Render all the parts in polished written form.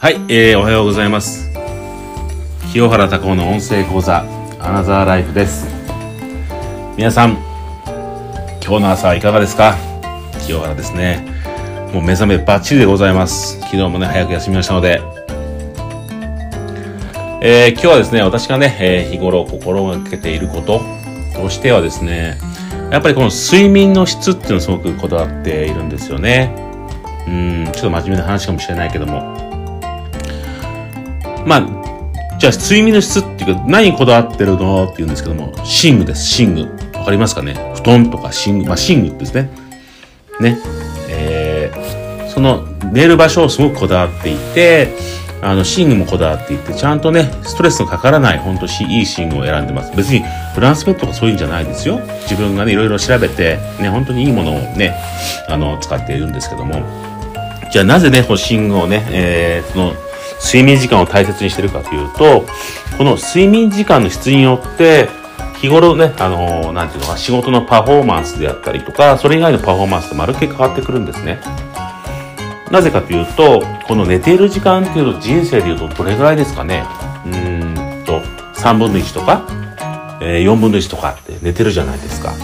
はい、おはようございます。清原孝夫の音声講座アナザーライフです。皆さん、今日の朝はいかがですか？清原ですね。もう目覚めバッチリでございます。昨日もね早く休みましたので、今日はですね、私がね、日頃心がけていることとしてはですね、やっぱりこの睡眠の質っていうのをすごくこだわっているんですよね。ちょっと真面目な話かもしれないけども、じゃあ睡眠の質っていうか何にこだわってるのって言うんですけども、寝具です。寝具わかりますかね？布団とか寝具、寝具ですね。その寝る場所をすごくこだわっていて、寝具もこだわっていて、ちゃんとねストレスのかからない本当いい寝具を選んでます。別にフランスベッドとかそういうんじゃないですよ。自分がねいろいろ調べてね本当にいいものをね使っているんですけども、じゃあなぜね寝具をね、その睡眠時間を大切にしてるかというと、この睡眠時間の質によって日頃ねなんていうのか仕事のパフォーマンスであったりとか、それ以外のパフォーマンスとまるっきり変わってくるんですね。なぜかというと、この寝ている時間っていうと人生でいうとどれぐらいですかね。3分の1とか、4分の1とかって寝てるじゃないですか。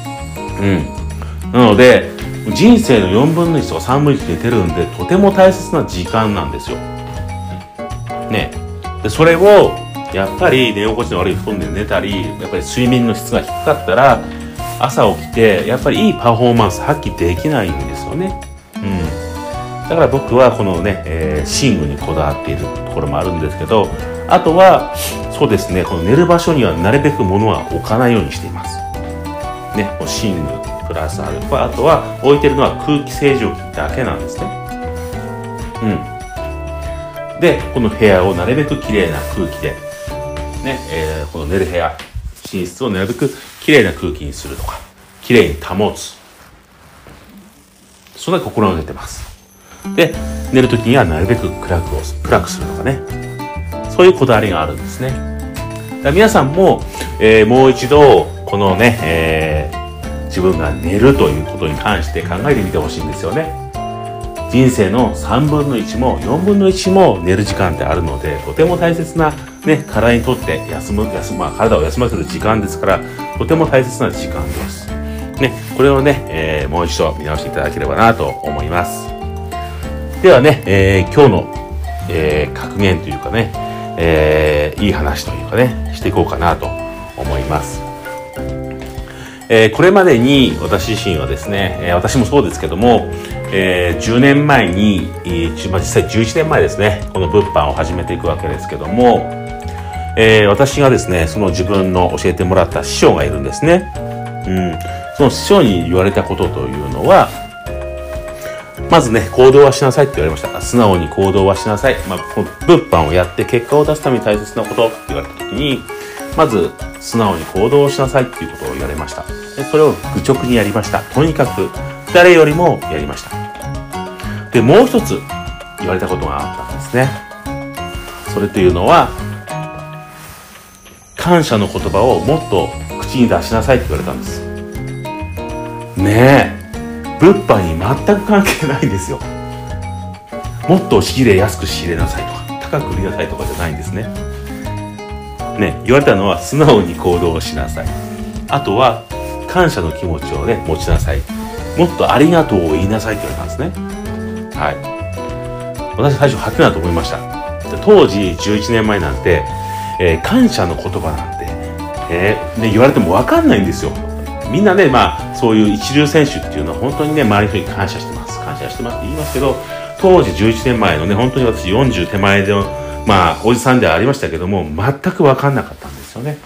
なので人生の4分の1とか3分の1寝てるんで、とても大切な時間なんですよ。でそれをやっぱり寝心地の悪い布団で寝たり、やっぱり睡眠の質が低かったら朝起きてやっぱりいいパフォーマンス発揮できないんですよね。だから僕はこのね、寝具にこだわっているところもあるんですけど、あとはそうですね、この寝る場所にはなるべく物は置かないようにしています。寝具プラスアルファ、あとは置いてるのは空気清浄機だけなんですね。でこの部屋をなるべくきれいな空気でこの寝る部屋、寝室をなるべくきれいな空気にするとか、きれいに保つ、そんな心がけてます。で寝るときにはなるべく暗くするとかね、そういうこだわりがあるんですね。だから皆さんも、もう一度この自分が寝るということに関して考えてみてほしいんですよね。人生の3分の1も4分の1も寝る時間ってあるので、とても大切な体にとって体を休ませる時間ですから、とても大切な時間です。これをもう一度見直していただければなと思います。では今日の、格言というかいい話というかしていこうかなと思います。これまでに私自身はですね、私もそうですけども、10年前に、実際11年前ですね、この物販を始めていくわけですけども、私がですね、その自分の教えてもらった師匠がいるんですね。その師匠に言われたことというのは、まず行動はしなさいって言われました。素直に行動はしなさい。物販をやって結果を出すために大切なことって言われた時に、まず素直に行動をしなさいっていうことを言われました。でそれを愚直にやりました。とにかく誰よりもやりました。でもう一つ言われたことがあったんですね。それというのは、感謝の言葉をもっと口に出しなさいって言われたんです。物販に全く関係ないんですよ。もっと安く仕入れなさいとか、高く売りなさいとかじゃないんですね。言われたのは素直に行動をしなさい。あとは感謝の気持ちを持ちなさい。もっとありがとうを言いなさいって言われたんですね。私最初はてなと思いました。当時11年前なんて、感謝の言葉なんて、言われても分かんないんですよ。みんなそういう一流選手っていうのは本当に周りの人に感謝してますって言いますけど、当時11年前の本当に私40手前でおじさんではありましたけども、全く分かんなかったんですよね。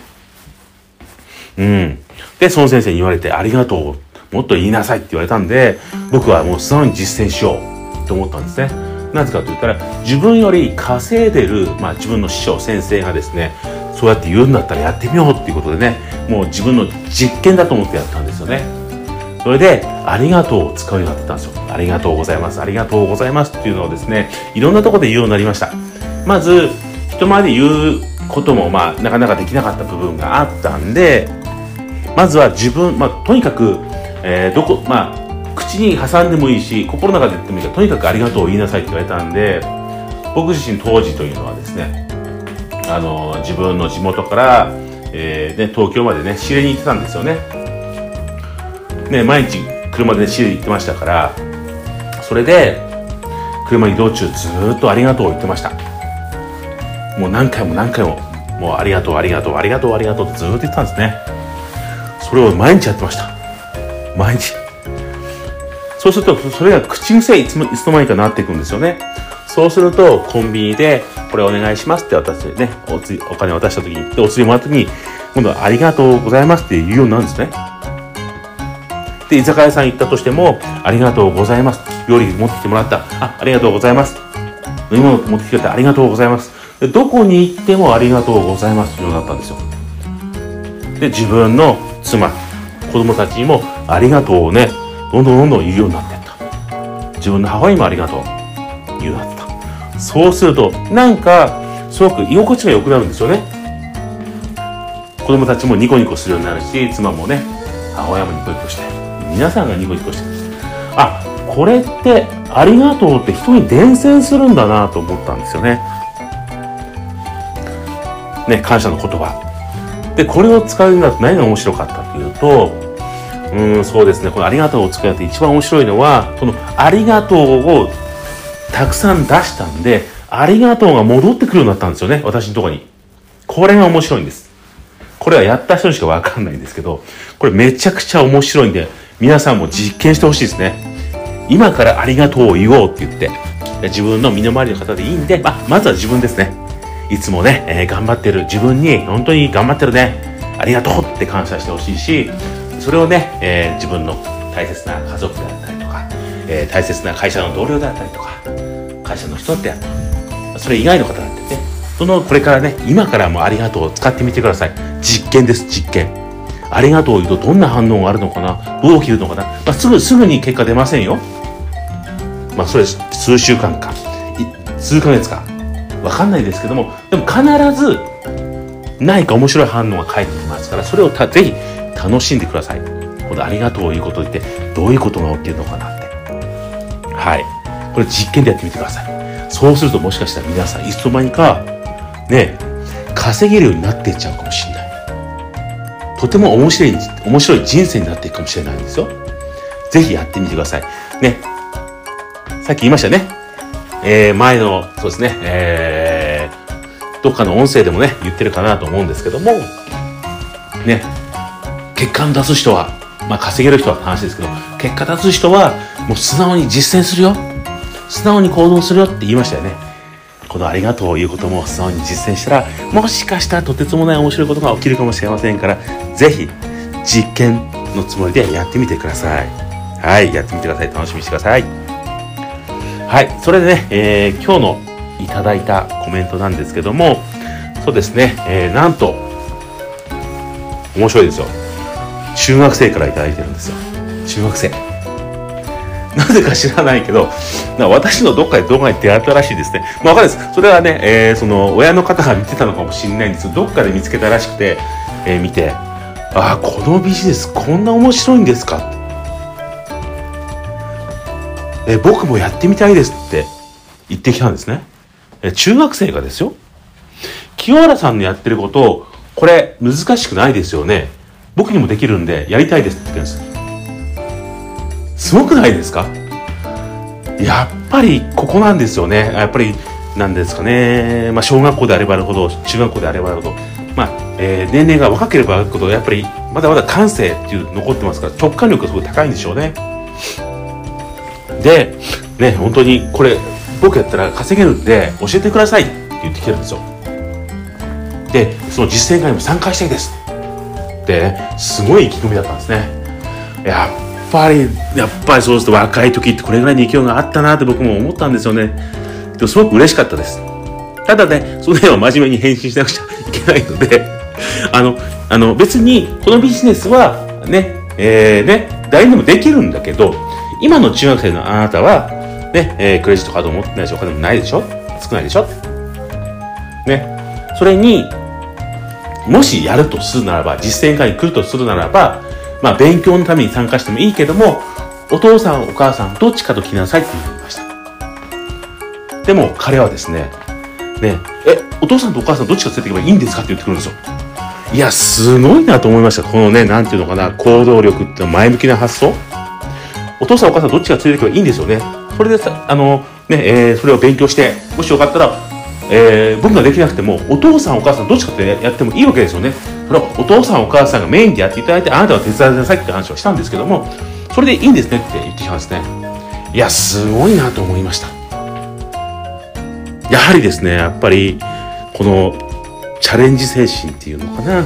でその先生に言われて、ありがとうもっと言いなさいって言われたんで、僕はもう素直に実践しようと思ったんですね。なぜかと言ったら、自分より稼いでる、自分の師匠先生がですね、そうやって言うんだったらやってみようっていうことでもう自分の実験だと思ってやったんですよね。それでありがとうを使うようになってたんですよ。ありがとうございます、ありがとうございますっていうのをですね、いろんなところで言うようになりました。まず人前で言うこともなかなかできなかった部分があったんで、まずは自分、とにかく、口に挟んでもいいし、心の中で言ってもいいから、とにかくありがとうを言いなさいって言われたんで、 僕自身当時というのはですね、自分の地元から、東京までね、仕入れに行ってたんですよね。毎日車で仕入れ行ってましたから、それで、車移動中ずーっとありがとうを言ってました。もう何回も、もうありがとうってずーっと言ってたんですね。それを毎日やってました。毎日。そうすると、それが口癖いつの間にかなっていくんですよね。そうすると、コンビニで、これお願いしますって渡してね、お金渡した時に、お釣りもらった時に、今度はありがとうございますって言うようになるんですね。で、居酒屋さん行ったとしても、ありがとうございます。料理持ってきてもらった。ありがとうございます。飲み物持ってきてくれてありがとうございます。で、どこに行ってもありがとうございますというようになったんですよ。で、自分の妻、子供たちにもありがとうをね、どんどん言うようになっていった。自分の母親にもありがとう言うようになった。そうすると、なんか、すごく居心地が良くなるんですよね。子供たちもニコニコするようになるし、妻もね、母親もニコニコして、皆さんがニコニコして、これってありがとうって人に伝染するんだなと思ったんですよね。感謝の言葉。で、これを使うのは何が面白かったというと、そうですね、このありがとうを使うって一番面白いのは、このありがとうをたくさん出したんで、ありがとうが戻ってくるようになったんですよね、私のところに。これが面白いんです。これはやった人にしかわかんないんですけど、これめちゃくちゃ面白いんで、皆さんも実験してほしいですね。今からありがとうを言おうって言って、自分の身の回りの方でいいんで、まずは自分ですね。いつもね、頑張ってる自分に、本当に頑張ってるね。ありがとうって感謝してほしいし、それをね、自分の大切な家族であったりとか、大切な会社の同僚であったりとか、会社の人であったり、それ以外の方だってね、これからね、今からもありがとうを使ってみてください。実験です、実験。ありがとうを言うとどんな反応があるのかな、どう起きるのかな、すぐに結果出ませんよ。それ数週間か、数ヶ月か、わかんないですけども、でも必ず何か面白い反応が返ってきますから、それをぜひ楽しんでください。このありがとうを言うことを言って、どういうことが起きるのかなって。はい。これ実験でやってみてください。そうするともしかしたら皆さんいつの間にか、稼げるようになっていっちゃうかもしれない。とても面白い人生になっていくかもしれないんですよ。ぜひやってみてください。さっき言いましたね。前の、そうですね、どっかの音声でもね、言ってるかなと思うんですけども、結果を出す人は、稼げる人は話ですけど、結果出す人は、もう素直に実践するよ。素直に行動するよって言いましたよね。このありがとうを言うことも素直に実践したら、もしかしたらとてつもない面白いことが起きるかもしれませんから、ぜひ、実験のつもりでやってみてください。はい、やってみてください。楽しみにしてください。はい、それでね、今日のいただいたコメントなんですけども、そうですね、なんと、面白いですよ。中学生からいただいてるんですよ。中学生。なぜか知らないけど、私のどっかで動画に出会ったらしいですね。わかんないです。それはね、その親の方が見てたのかもしれないんですけど、どっかで見つけたらしくて、見て、このビジネスこんな面白いんですか。僕もやってみたいですって言ってきたんですね。中学生がですよ。清原さんのやってること、これ難しくないですよね。僕にもできるんでやりたいですって言ってるんです。すごくないですか？やっぱりここなんですよね。やっぱりなんですかね。小学校であればあるほど、中学校であればあるほど、年齢が若ければあるほど、やっぱりまだまだ感性っていう残ってますから、直感力がすごい高いんでしょうね。で、本当にこれ僕やったら稼げるんで教えてくださいって言ってきてるんですよ。で、その実践会にも参加したいですってすごい意気込みだったんですね。やっぱりそうすると若い時ってこれぐらいの勢いがあったなって僕も思ったんですよね。でもすごく嬉しかったです。ただね、その辺は真面目に返信しなくちゃいけないので、別にこのビジネスは誰にもできるんだけど、今の中学生のあなたはクレジットカードを持ってないし、お金もないでしょ、少ないでしょそれにもしやるとするならば、実践会に来るとするならば、勉強のために参加してもいいけども、お父さんお母さんどっちかと来なさいって言いました。 でも彼はですね、お父さんとお母さんどっちが連れていけばいいんですかって言ってくるんですよ。いや、すごいなと思いました。このね、なんていうのかな、行動力って前向きな発想。お父さんお母さんどっちが連れていけばいいんですよね。それでさ、それを勉強して、もしよかったら、僕ができなくても、お父さんお母さんどっちかってやってもいいわけですよね。それはお父さんお母さんがメインでやっていただいて、あなたは手伝いなさいって話をしたんですけども、それでいいんですねって言ってきますね。いや、すごいなと思いました。やはりですね、やっぱり、この、チャレンジ精神っていうのかな。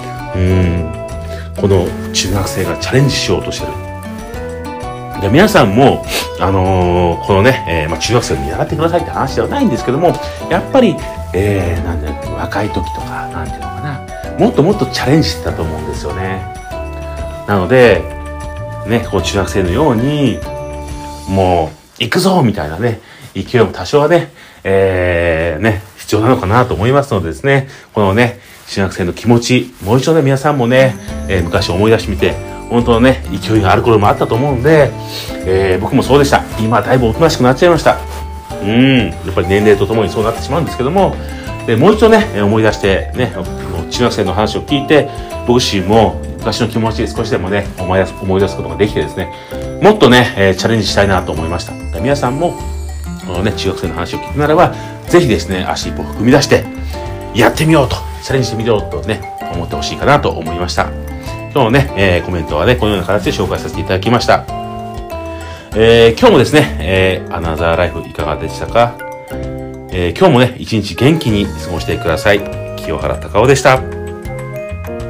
この中学生がチャレンジしようとしてる。で皆さんも、このね、中学生を見習ってくださいって話ではないんですけども、やっぱり、若い時とか、なんていうのかな、もっともっとチャレンジしてたと思うんですよね。なので、ね、こう中学生のように、もう、行くぞみたいなね、勢いも多少はね、必要なのかなと思いますのでですね、このね、中学生の気持ち、もう一度ね、皆さんもね、昔思い出してみて、本当のね、勢いがある頃もあったと思うんで、僕もそうでした。今だいぶおとなしくなっちゃいました。やっぱり年齢とともにそうなってしまうんですけども、でもう一度ね、思い出してね、中学生の話を聞いて、僕自身も昔の気持ち少しでもね、思い出すことができてですね、もっとね、チャレンジしたいなと思いました。皆さんも、このね、中学生の話を聞くならば、ぜひですね、足一歩踏み出して、やってみようと、チャレンジしてみようとね、思ってほしいかなと思いました。今日のね、コメントはね、このような形で紹介させていただきました。今日もですね、アナザーライフいかがでしたか？今日もね、一日元気に過ごしてください。清原隆夫でした。